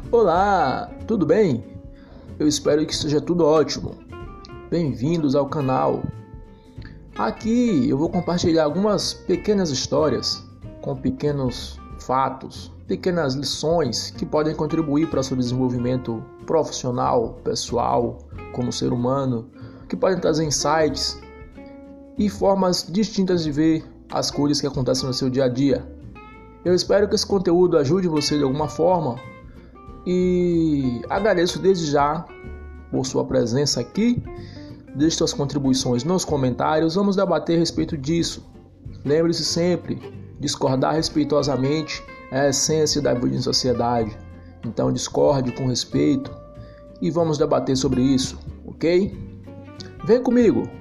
Olá, tudo bem? Eu espero que esteja tudo ótimo. Bem-vindos ao canal. Aqui eu vou compartilhar algumas pequenas histórias com pequenos fatos, pequenas lições que podem contribuir para o seu desenvolvimento profissional, pessoal, como ser humano, que podem trazer insights e formas distintas de ver as coisas que acontecem no seu dia a dia. Eu espero que esse conteúdo ajude você de alguma forma e agradeço desde já por sua presença aqui. Deixe suas contribuições nos comentários, vamos debater a respeito disso. Lembre-se sempre, discordar respeitosamente é a essência da vida em sociedade. Então discorde com respeito e vamos debater sobre isso, ok? Vem comigo!